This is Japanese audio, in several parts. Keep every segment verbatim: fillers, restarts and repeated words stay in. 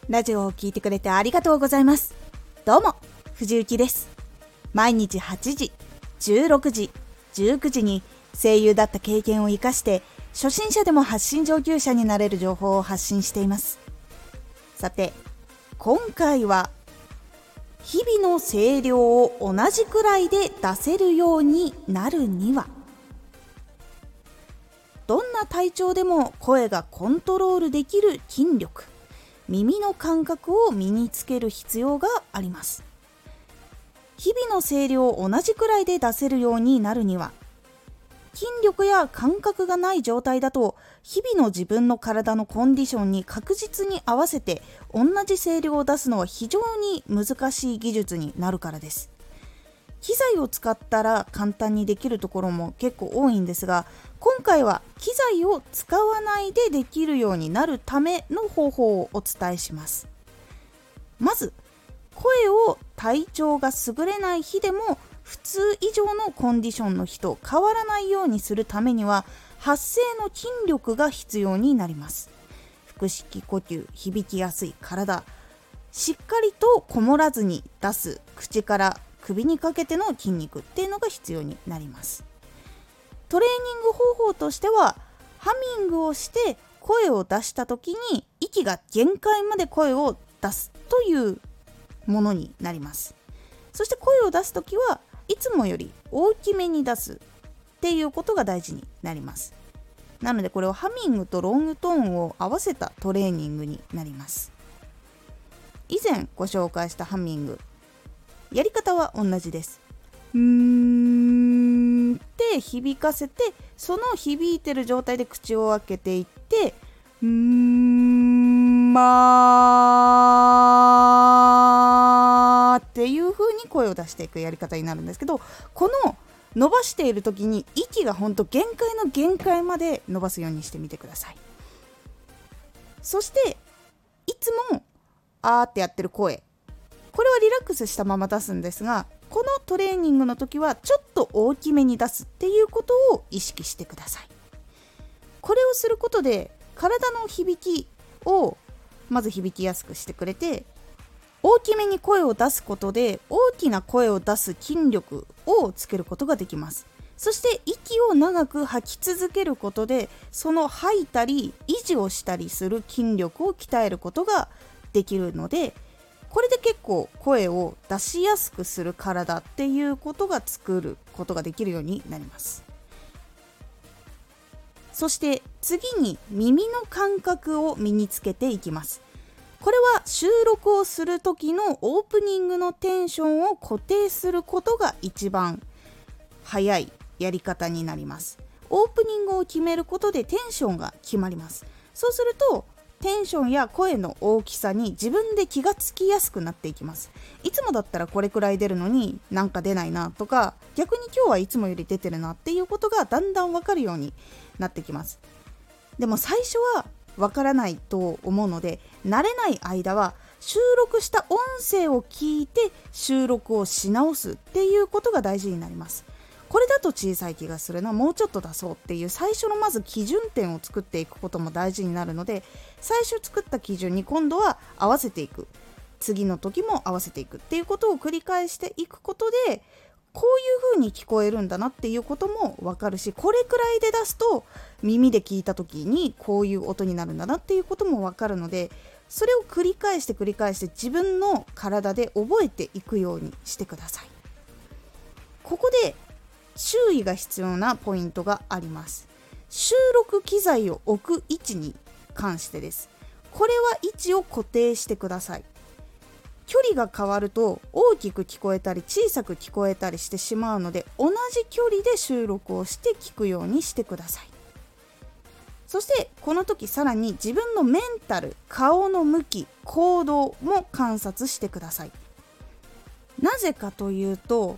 ラジオを聞いてくれてありがとうございます。どうも藤幸です。毎日はちじ、じゅうろくじ、じゅうくじに声優だった経験を生かして初心者でも発信上級者になれる情報を発信しています。さて今回は日々の声量を同じくらいで出せるようになるには、どんな体調でも声がコントロールできる筋力、耳の感覚を身につける必要があります。日々の声量を同じくらいで出せるようになるには、筋力や感覚がない状態だと日々の自分の体のコンディションに確実に合わせて同じ声量を出すのは非常に難しい技術になるからです。機材を使ったら簡単にできるところも結構多いんですが、今回は機材を使わないでできるようになるための方法をお伝えします。まず、声を体調が優れない日でも普通以上のコンディションの日と変わらないようにするためには、発声の筋力が必要になります。腹式呼吸、響きやすい体、しっかりとこもらずに出す口から首にかけての筋肉っていうのが必要になります。トレーニング方法としては、ハミングをして声を出した時に息が限界まで声を出すというものになります。そして声を出す時はいつもより大きめに出すっていうことが大事になります。なのでこれをハミングとロングトーンを合わせたトレーニングになります。以前ご紹介したハミング、やり方は同じです。うーんって響かせて、その響いてる状態で口を開けていって、うーんまーっていう風に声を出していくやり方になるんですけど、この伸ばしている時に息が本当限界の限界まで伸ばすようにしてみてください。そしていつもあーってやってる声、これはリラックスしたまま出すんですが、このトレーニングの時はちょっと大きめに出すっていうことを意識してください。これをすることで体の響きをまず響きやすくしてくれて、大きめに声を出すことで大きな声を出す筋力をつけることができます。そして息を長く吐き続けることで、その吐いたり維持をしたりする筋力を鍛えることができるので、これで結構声を出しやすくする体っていうことが作ることができるようになります。そして次に耳の感覚を身につけていきます。これは収録をする時のオープニングのテンションを固定することが一番早いやり方になります。オープニングを決めることでテンションが決まります。そうするとテンションや声の大きさに自分で気がつきやすくなっていきます。いつもだったらこれくらい出るのになんか出ないなとか、逆に今日はいつもより出てるなっていうことがだんだん分かるようになってきます。でも最初は分からないと思うので、慣れない間は収録した音声を聞いて収録をし直すっていうことが大事になります。これだと小さい気がするな、もうちょっと出そうっていう最初のまず基準点を作っていくことも大事になるので、最初作った基準に今度は合わせていく、次の時も合わせていくっていうことを繰り返していくことで、こういう風に聞こえるんだなっていうことも分かるし、これくらいで出すと耳で聞いた時にこういう音になるんだなっていうことも分かるので、それを繰り返して繰り返して自分の体で覚えていくようにしてください。ここで注意が必要なポイントがあります。収録機材を置く位置に関してです。これは位置を固定してください。距離が変わると大きく聞こえたり小さく聞こえたりしてしまうので、同じ距離で収録をして聞くようにしてください。そしてこの時さらに自分のメンタル、顔の向き、行動も観察してください。なぜかというと、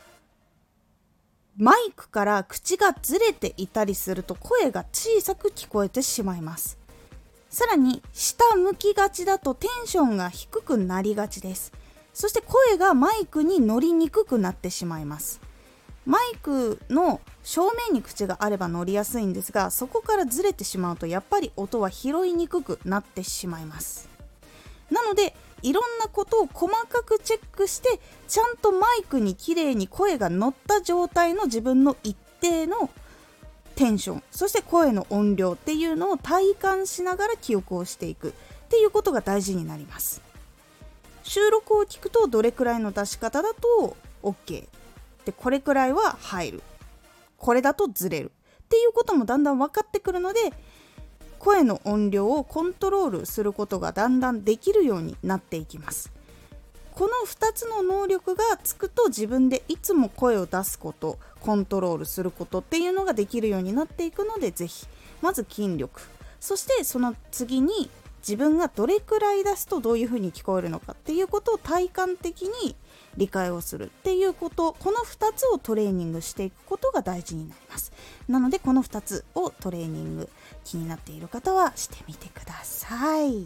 マイクから口がずれていたりすると声が小さく聞こえてしまいます。さらに下向きがちだとテンションが低くなりがちです。そして声がマイクに乗りにくくなってしまいます。マイクの正面に口があれば乗りやすいんですが、そこからずれてしまうとやっぱり音は拾いにくくなってしまいます。 なのでいろんなことを細かくチェックして、ちゃんとマイクにきれいに声が乗った状態の自分の一定のテンション、そして声の音量っていうのを体感しながら記憶をしていくっていうことが大事になります。収録を聞くとどれくらいの出し方だと OK で、これくらいは入る、これだとずれるっていうこともだんだん分かってくるので、声の音量をコントロールすることがだんだんできるようになっていきます。このふたつの能力がつくと、自分でいつも声を出すこと、コントロールすることっていうのができるようになっていくので、ぜひまず筋力、そしてその次に自分がどれくらい出すとどういうふうに聞こえるのかっていうことを体感的に理解をするっていうこと、このふたつをトレーニングしていくことが大事になります。なのでこのふたつをトレーニング、気になっている方はしてみてください。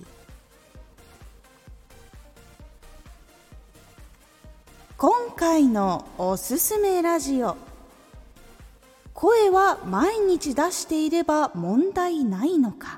今回のおすすめラジオ、声は毎日出していれば問題ないのか。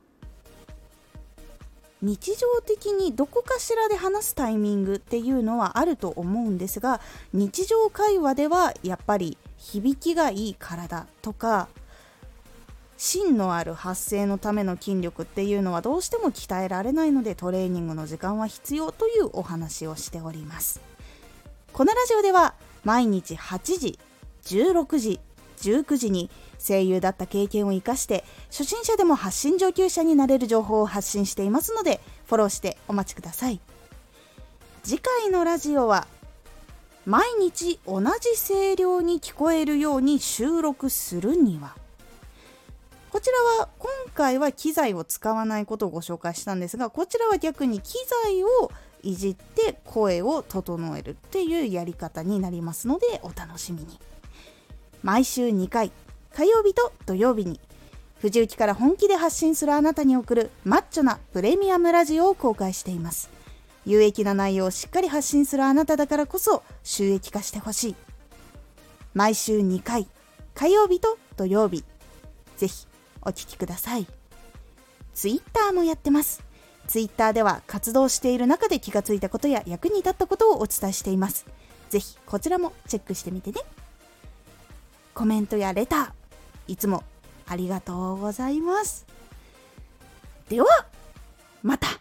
日常的にどこかしらで話すタイミングっていうのはあると思うんですが、日常会話ではやっぱり響きがいい体とか芯のある発声のための筋力っていうのはどうしても鍛えられないので、トレーニングの時間は必要というお話をしております。このラジオでは毎日はちじ、じゅうろくじ、じゅうくじに声優だった経験を生かして初心者でも発信上級者になれる情報を発信していますので、フォローしてお待ちください。次回のラジオは毎日同じ声量に聞こえるように収録するには、こちらは今回は機材を使わないことをご紹介したんですが、こちらは逆に機材をいじって声を整えるっていうやり方になりますので、お楽しみに。毎週にかい、火曜日と土曜日に藤雪から本気で発信するあなたに送るマッチョなプレミアムラジオを公開しています。有益な内容をしっかり発信するあなただからこそ収益化してほしい。毎週にかい、火曜日と土曜日、ぜひお聞きください。ツイッターもやってます。ツイッターでは活動している中で気がついたことや役に立ったことをお伝えしています。ぜひこちらもチェックしてみてね。コメントやレター、いつもありがとうございます。ではまた。